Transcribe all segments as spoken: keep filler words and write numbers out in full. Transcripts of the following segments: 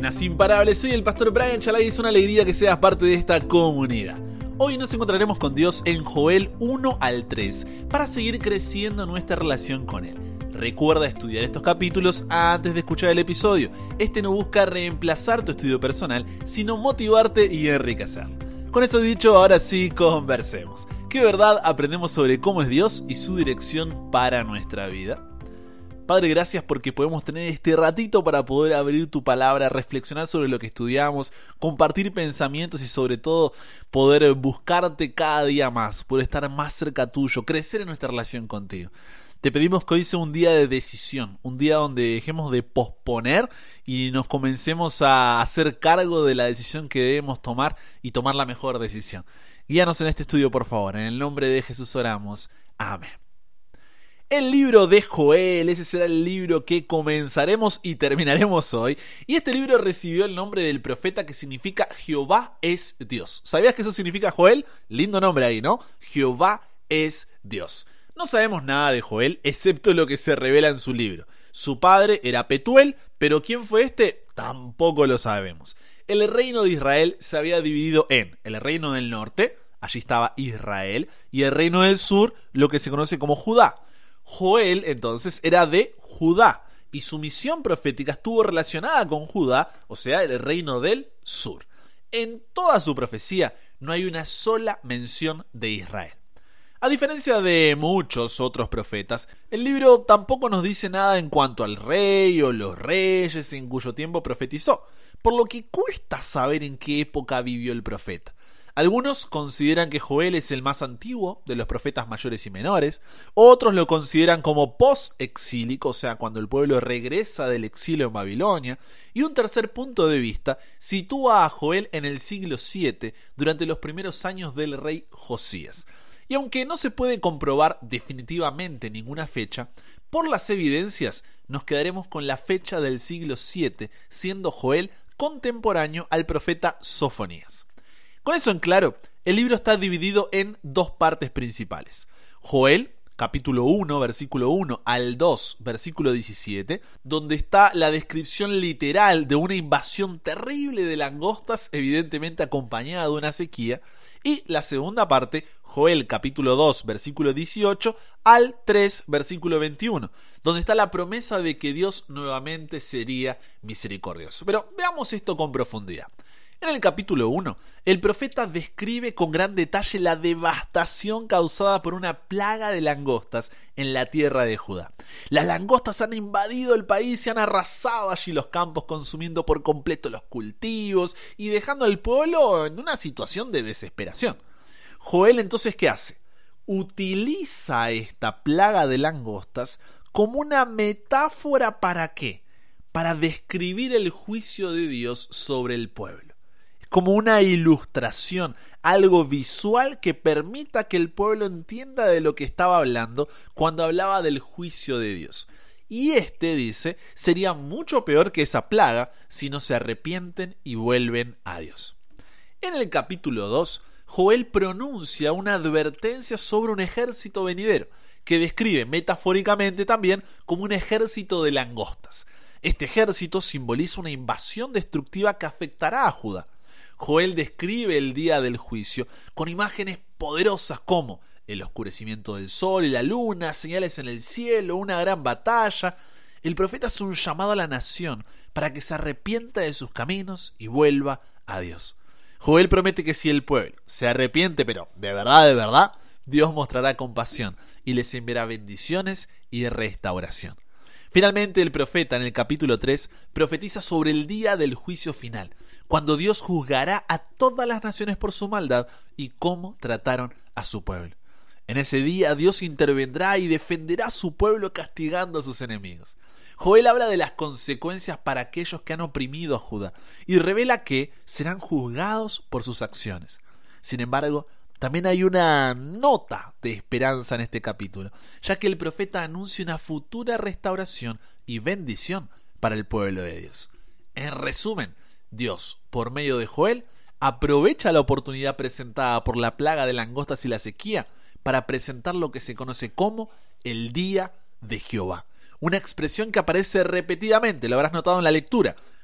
Buenas imparables, soy el pastor Brian Chalai y es una alegría que seas parte de esta comunidad. Hoy nos encontraremos con Dios en Joel uno al tres para seguir creciendo nuestra relación con Él. Recuerda estudiar estos capítulos antes de escuchar el episodio. Este no busca reemplazar tu estudio personal, sino motivarte y enriquecerlo. Con eso dicho, ahora sí conversemos. ¿Qué verdad aprendemos sobre cómo es Dios y su dirección para nuestra vida? Padre, gracias porque podemos tener este ratito para poder abrir tu palabra, reflexionar sobre lo que estudiamos, compartir pensamientos y sobre todo poder buscarte cada día más, poder estar más cerca tuyo, crecer en nuestra relación contigo. Te pedimos que hoy sea un día de decisión, un día donde dejemos de posponer y nos comencemos a hacer cargo de la decisión que debemos tomar y tomar la mejor decisión. Guíanos en este estudio, por favor. En el nombre de Jesús oramos. Amén. El libro de Joel, ese será el libro que comenzaremos y terminaremos hoy. Y este libro recibió el nombre del profeta que significa Jehová es Dios. ¿Sabías que eso significa Joel? Lindo nombre ahí, ¿no? Jehová es Dios. No sabemos nada de Joel, excepto lo que se revela en su libro. Su padre era Petuel, pero ¿quién fue este? Tampoco lo sabemos. El reino de Israel se había dividido en el reino del norte, allí estaba Israel, y el reino del sur, lo que se conoce como Judá. Joel, entonces, era de Judá, y su misión profética estuvo relacionada con Judá, o sea, el reino del sur. En toda su profecía no hay una sola mención de Israel. A diferencia de muchos otros profetas, el libro tampoco nos dice nada en cuanto al rey o los reyes en cuyo tiempo profetizó, por lo que cuesta saber en qué época vivió el profeta. Algunos consideran que Joel es el más antiguo de los profetas mayores y menores, otros lo consideran como post-exílico, o sea, cuando el pueblo regresa del exilio en Babilonia, y un tercer punto de vista sitúa a Joel en el siglo siete, durante los primeros años del rey Josías. Y aunque no se puede comprobar definitivamente ninguna fecha, por las evidencias nos quedaremos con la fecha del siglo siete, siendo Joel contemporáneo al profeta Sofonías. Con eso en claro, el libro está dividido en dos partes principales. Joel, capítulo uno, versículo uno al dos, versículo diecisiete, donde está la descripción literal de una invasión terrible de langostas, evidentemente acompañada de una sequía. Y la segunda parte, Joel capítulo dos, versículo dieciocho al tres, versículo veintiuno, donde está la promesa de que Dios nuevamente sería misericordioso. Pero veamos esto con profundidad. En el capítulo uno, el profeta describe con gran detalle la devastación causada por una plaga de langostas en la tierra de Judá. Las langostas han invadido el país y han arrasado allí los campos, consumiendo por completo los cultivos y dejando al pueblo en una situación de desesperación. Joel, entonces, ¿qué hace? Utiliza esta plaga de langostas como una metáfora, ¿para qué? Para describir el juicio de Dios sobre el pueblo. Como una ilustración, algo visual que permita que el pueblo entienda de lo que estaba hablando cuando hablaba del juicio de Dios. Y este, dice, sería mucho peor que esa plaga si no se arrepienten y vuelven a Dios. En el capítulo dos, Joel pronuncia una advertencia sobre un ejército venidero, que describe metafóricamente también como un ejército de langostas. Este ejército simboliza una invasión destructiva que afectará a Judá. Joel describe el día del juicio con imágenes poderosas como el oscurecimiento del sol y la luna, señales en el cielo, una gran batalla. El profeta hace un llamado a la nación para que se arrepienta de sus caminos y vuelva a Dios. Joel promete que si el pueblo se arrepiente, pero de verdad, de verdad, Dios mostrará compasión y les enviará bendiciones y restauración. Finalmente, el profeta en el capítulo tres profetiza sobre el día del juicio final, cuando Dios juzgará a todas las naciones por su maldad y cómo trataron a su pueblo. En ese día Dios intervendrá y defenderá a su pueblo castigando a sus enemigos. Joel habla de las consecuencias para aquellos que han oprimido a Judá y revela que serán juzgados por sus acciones. Sin embargo, también hay una nota de esperanza en este capítulo, ya que el profeta anuncia una futura restauración y bendición para el pueblo de Dios. En resumen, Dios, por medio de Joel, aprovecha la oportunidad presentada por la plaga de langostas y la sequía para presentar lo que se conoce como el día de Jehová. Una expresión que aparece repetidamente, lo habrás notado en la lectura.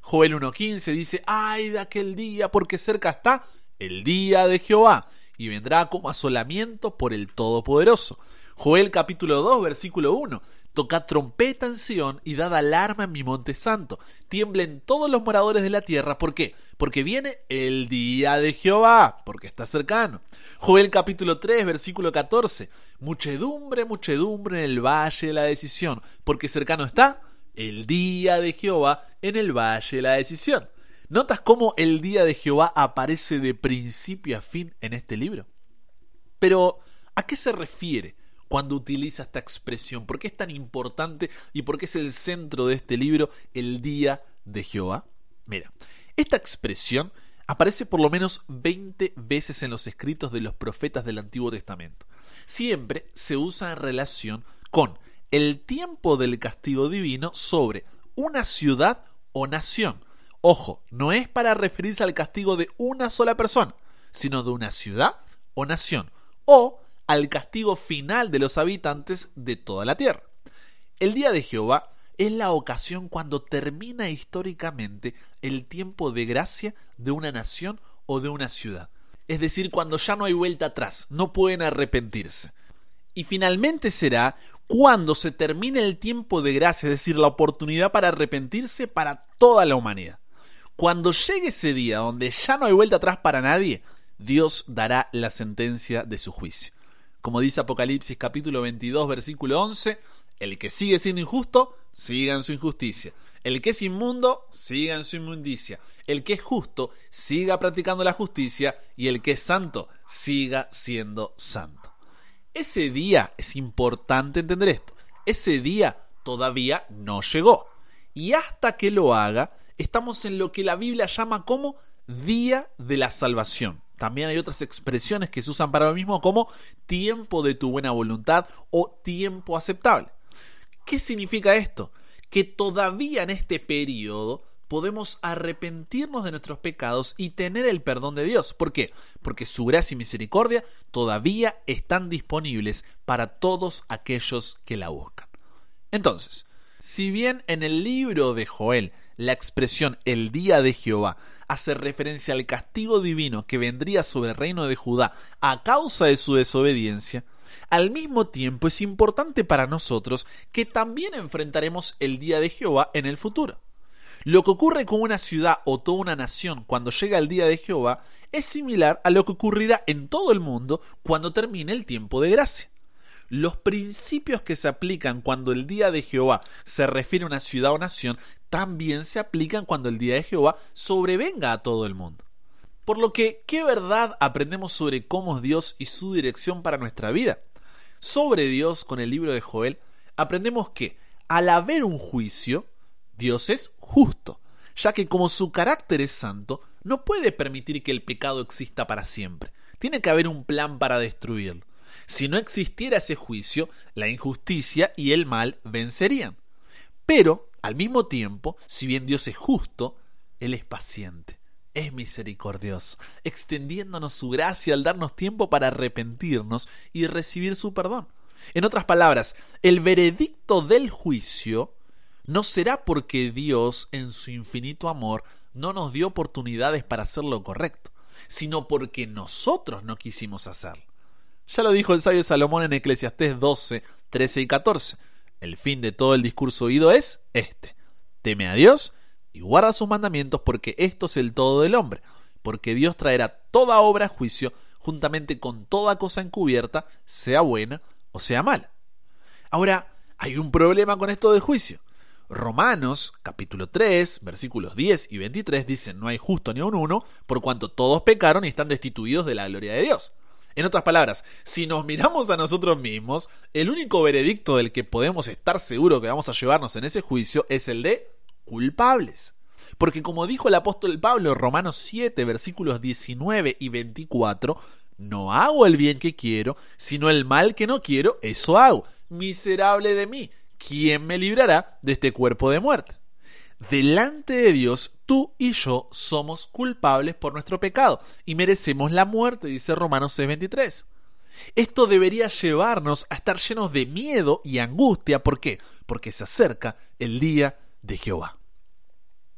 Joel uno quince dice: ¡ay de aquel día, porque cerca está el día de Jehová, y vendrá como asolamiento por el Todopoderoso! Joel capítulo dos, versículo uno: tocad trompeta en Sión y dad alarma en mi monte santo. Tiemblen todos los moradores de la tierra. ¿Por qué? Porque viene el día de Jehová, porque está cercano. Joel capítulo tres, versículo catorce: muchedumbre, muchedumbre en el valle de la decisión, porque cercano está el día de Jehová en el valle de la decisión. ¿Notas cómo el día de Jehová aparece de principio a fin en este libro? Pero, ¿a qué se refiere cuando utiliza esta expresión? ¿Por qué es tan importante y por qué es el centro de este libro, el día de Jehová? Mira, esta expresión aparece por lo menos veinte veces en los escritos de los profetas del Antiguo Testamento. Siempre se usa en relación con el tiempo del castigo divino sobre una ciudad o nación. Ojo, no es para referirse al castigo de una sola persona, sino de una ciudad o nación, o al castigo final de los habitantes de toda la tierra. El día de Jehová es la ocasión cuando termina históricamente el tiempo de gracia de una nación o de una ciudad. Es decir, cuando ya no hay vuelta atrás, no pueden arrepentirse. Y finalmente será cuando se termine el tiempo de gracia, es decir, la oportunidad para arrepentirse para toda la humanidad. Cuando llegue ese día donde ya no hay vuelta atrás para nadie, Dios dará la sentencia de su juicio. Como dice Apocalipsis capítulo veintidós, versículo once, el que sigue siendo injusto, siga en su injusticia. El que es inmundo, siga en su inmundicia. El que es justo, siga practicando la justicia. Y el que es santo, siga siendo santo. Ese día, es importante entender esto, ese día todavía no llegó. Y hasta que lo haga, estamos en lo que la Biblia llama como día de la salvación. También hay otras expresiones que se usan para lo mismo, como tiempo de tu buena voluntad o tiempo aceptable. ¿Qué significa esto? Que todavía en este periodo podemos arrepentirnos de nuestros pecados y tener el perdón de Dios. ¿Por qué? Porque su gracia y misericordia todavía están disponibles para todos aquellos que la buscan. Entonces, si bien en el libro de Joel la expresión el día de Jehová hace referencia al castigo divino que vendría sobre el reino de Judá a causa de su desobediencia, al mismo tiempo es importante para nosotros que también enfrentaremos el día de Jehová en el futuro. Lo que ocurre con una ciudad o toda una nación cuando llega el día de Jehová es similar a lo que ocurrirá en todo el mundo cuando termine el tiempo de gracia. Los principios que se aplican cuando el día de Jehová se refiere a una ciudad o nación también se aplican cuando el día de Jehová sobrevenga a todo el mundo. Por lo que, ¿qué verdad aprendemos sobre cómo es Dios y su dirección para nuestra vida? Sobre Dios, con el libro de Joel, aprendemos que al haber un juicio, Dios es justo, ya que como su carácter es santo, no puede permitir que el pecado exista para siempre. Tiene que haber un plan para destruirlo. Si no existiera ese juicio, la injusticia y el mal vencerían. Pero, al mismo tiempo, si bien Dios es justo, Él es paciente, es misericordioso, extendiéndonos su gracia al darnos tiempo para arrepentirnos y recibir su perdón. En otras palabras, el veredicto del juicio no será porque Dios, en su infinito amor, no nos dio oportunidades para hacer lo correcto, sino porque nosotros no quisimos hacerlo. Ya lo dijo el sabio Salomón en Eclesiastés doce, trece y catorce. El fin de todo el discurso oído es este: teme a Dios y guarda sus mandamientos, porque esto es el todo del hombre. Porque Dios traerá toda obra a juicio, juntamente con toda cosa encubierta, sea buena o sea mala. Ahora, hay un problema con esto del juicio. Romanos, capítulo tres, versículos diez y veintitrés dicen: no hay justo ni un uno, por cuanto todos pecaron y están destituidos de la gloria de Dios. En otras palabras, si nos miramos a nosotros mismos, el único veredicto del que podemos estar seguros que vamos a llevarnos en ese juicio es el de culpables. Porque como dijo el apóstol Pablo en Romanos siete, versículos diecinueve y veinticuatro, no hago el bien que quiero, sino el mal que no quiero, eso hago. Miserable de mí, ¿quién me librará de este cuerpo de muerte? Delante de Dios, tú y yo somos culpables por nuestro pecado y merecemos la muerte, dice Romanos seis veintitrés. Esto debería llevarnos a estar llenos de miedo y angustia. ¿Por qué? Porque se acerca el día de Jehová.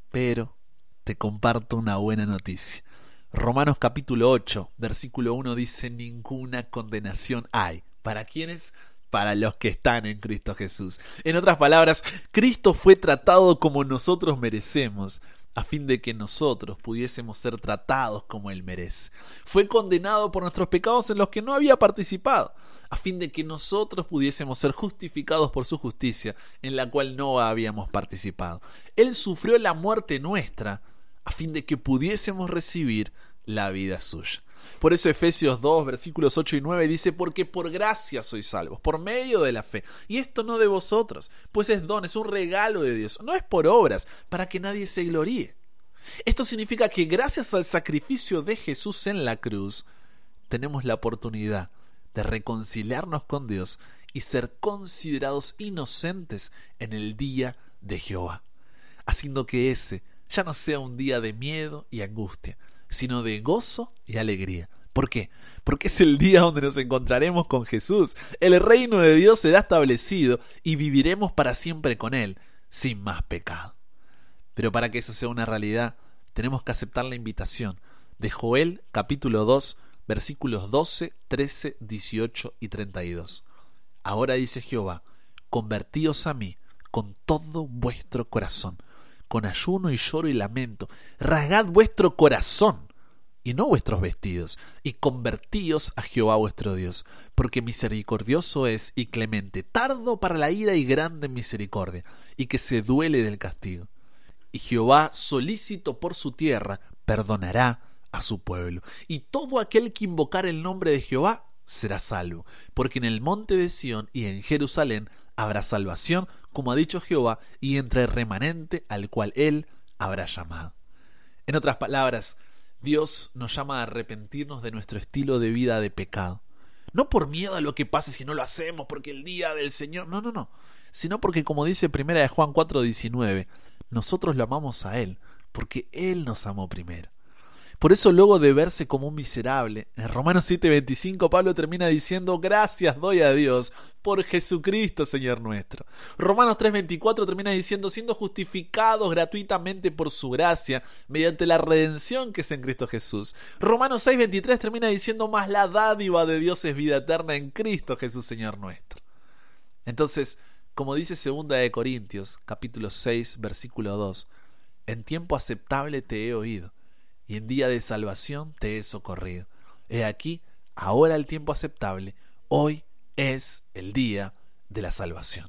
pero te comparto una buena noticia. Romanos capítulo ocho, versículo uno dice: ninguna condenación hay. ¿Para quiénes? Para los que están en Cristo Jesús. En otras palabras, Cristo fue tratado como nosotros merecemos, a fin de que nosotros pudiésemos ser tratados como Él merece. Fue condenado por nuestros pecados en los que no había participado, a fin de que nosotros pudiésemos ser justificados por su justicia, en la cual no habíamos participado. Él sufrió la muerte nuestra, a fin de que pudiésemos recibir la vida suya. Por eso Efesios dos, versículos ocho y nueve dice: porque por gracia sois salvos, por medio de la fe. Y esto no de vosotros, pues es don, es un regalo de Dios. No es por obras, para que nadie se gloríe. Esto significa que gracias al sacrificio de Jesús en la cruz, tenemos la oportunidad de reconciliarnos con Dios y ser considerados inocentes en el día de Jehová, haciendo que ese ya no sea un día de miedo y angustia, sino de gozo y alegría. ¿Por qué? Porque es el día donde nos encontraremos con Jesús. El reino de Dios será establecido y viviremos para siempre con Él, sin más pecado. Pero para que eso sea una realidad, tenemos que aceptar la invitación de Joel capítulo dos, versículos doce, trece, dieciocho y treinta y dos. Ahora dice Jehová: convertíos a mí con todo vuestro corazón, con ayuno y lloro y lamento, rasgad vuestro corazón y no vuestros vestidos, y convertíos a Jehová vuestro Dios, porque misericordioso es y clemente, tardo para la ira y grande en misericordia, y que se duele del castigo. Y Jehová, solícito por su tierra, perdonará a su pueblo, y todo aquel que invocar el nombre de Jehová será salvo, porque en el monte de Sión y en Jerusalén habrá salvación, como ha dicho Jehová, y entre el remanente al cual Él habrá llamado. En otras palabras, Dios nos llama a arrepentirnos de nuestro estilo de vida de pecado. No por miedo a lo que pase si no lo hacemos, porque el día del Señor, no, no, no, sino porque, como dice primera de Juan cuatro diecinueve, nosotros lo amamos a Él, porque Él nos amó primero. Por eso, luego de verse como un miserable, en Romanos siete veinticinco Pablo termina diciendo: gracias doy a Dios por Jesucristo Señor nuestro. Romanos tres veinticuatro termina diciendo: siendo justificados gratuitamente por su gracia, mediante la redención que es en Cristo Jesús. Romanos seis veintitrés termina diciendo: mas la dádiva de Dios es vida eterna en Cristo Jesús Señor nuestro. Entonces, como dice segunda de Corintios, capítulo seis, versículo dos, en tiempo aceptable te he oído, y en día de salvación te he socorrido. He aquí, ahora el tiempo aceptable, hoy es el día de la salvación.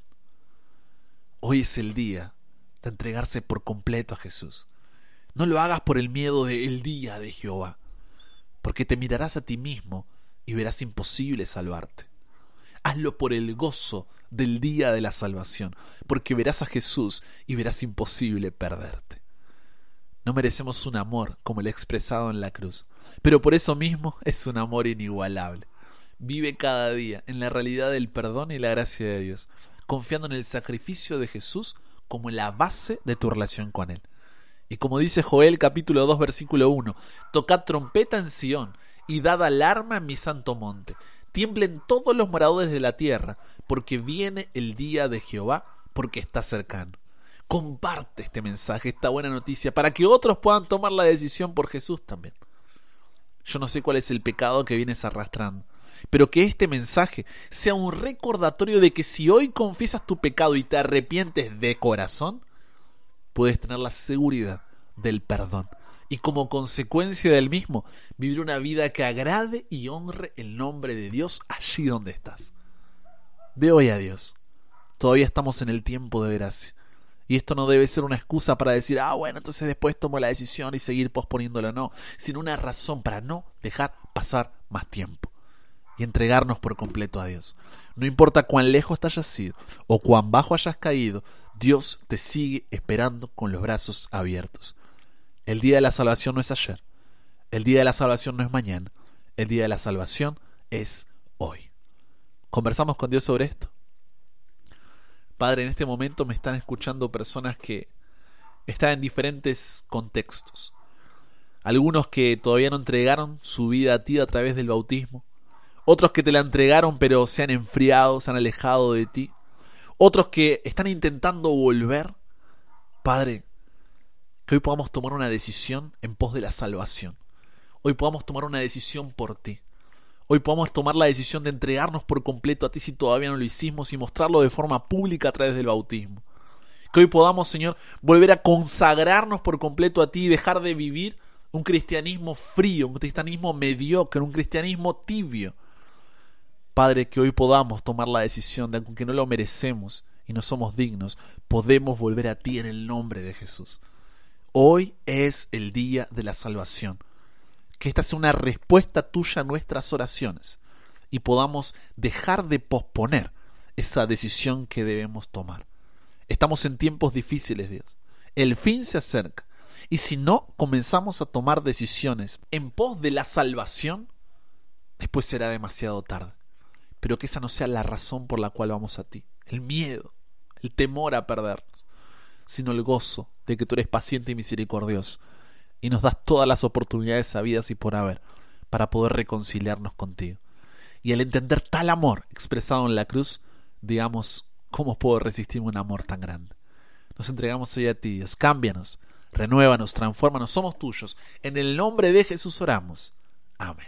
Hoy es el día de entregarse por completo a Jesús. No lo hagas por el miedo del día de Jehová, porque te mirarás a ti mismo y verás imposible salvarte. Hazlo por el gozo del día de la salvación, porque verás a Jesús y verás imposible perderte. No merecemos un amor como el expresado en la cruz, pero por eso mismo es un amor inigualable. Vive cada día en la realidad del perdón y la gracia de Dios, confiando en el sacrificio de Jesús como la base de tu relación con Él. Y como dice Joel capítulo dos versículo uno, tocad trompeta en Sión y dad alarma en mi santo monte. Tiemblen todos los moradores de la tierra, porque viene el día de Jehová, porque está cercano. Comparte este mensaje, esta buena noticia, para que otros puedan tomar la decisión por Jesús también. Yo no sé cuál es el pecado que vienes arrastrando, pero que este mensaje sea un recordatorio de que si hoy confiesas tu pecado y te arrepientes de corazón, puedes tener la seguridad del perdón y, como consecuencia del mismo, vivir una vida que agrade y honre el nombre de Dios allí donde estás. Ve hoy a Dios. Todavía estamos en el tiempo de gracia. Y esto no debe ser una excusa para decir: ah, bueno, entonces después tomo la decisión y seguir posponiéndolo. No, sino una razón para no dejar pasar más tiempo y entregarnos por completo a Dios. No importa cuán lejos te hayas ido o cuán bajo hayas caído, Dios te sigue esperando con los brazos abiertos. El día de la salvación no es ayer. El día de la salvación no es mañana. El día de la salvación es hoy. ¿Conversamos con Dios sobre esto? Padre, en este momento me están escuchando personas que están en diferentes contextos. Algunos que todavía no entregaron su vida a ti a través del bautismo. Otros que te la entregaron pero se han enfriado, se han alejado de ti. Otros que están intentando volver. Padre, Que hoy podamos tomar una decisión en pos de la salvación. Hoy podamos tomar una decisión por ti. Hoy podamos tomar la decisión de entregarnos por completo a ti si todavía no lo hicimos y mostrarlo de forma pública a través del bautismo. Que hoy podamos, Señor, volver a consagrarnos por completo a ti y dejar de vivir un cristianismo frío, un cristianismo mediocre, un cristianismo tibio. Padre, que hoy podamos tomar la decisión de, aunque no lo merecemos y no somos dignos, podemos volver a ti en el nombre de Jesús. Hoy es el día de la salvación. Que esta sea una respuesta tuya a nuestras oraciones y podamos dejar de posponer esa decisión que debemos tomar. Estamos en tiempos difíciles, Dios. El fin se acerca. Y si no comenzamos a tomar decisiones en pos de la salvación, después será demasiado tarde. Pero que esa no sea la razón por la cual vamos a ti. El miedo, el temor a perdernos, sino el gozo de que tú eres paciente y misericordioso y nos das todas las oportunidades habidas y por haber para poder reconciliarnos contigo. Y al entender tal amor expresado en la cruz, digamos, ¿cómo puedo resistirme un amor tan grande? Nos entregamos hoy a ti, Dios. Cámbianos, renuévanos, transfórmanos, somos tuyos. En el nombre de Jesús oramos. Amén.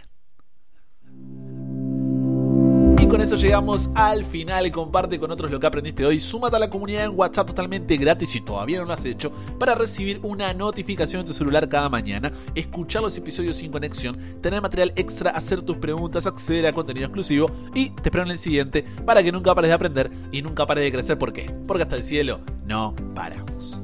Y con eso llegamos al final. Comparte con otros lo que aprendiste hoy. Súmate a la comunidad en WhatsApp totalmente gratis si todavía no lo has hecho, para recibir una notificación en tu celular cada mañana, escuchar los episodios sin conexión, tener material extra, hacer tus preguntas, acceder a contenido exclusivo y te espero en el siguiente para que nunca pares de aprender y nunca pares de crecer. ¿Por qué? Porque hasta el cielo no paramos.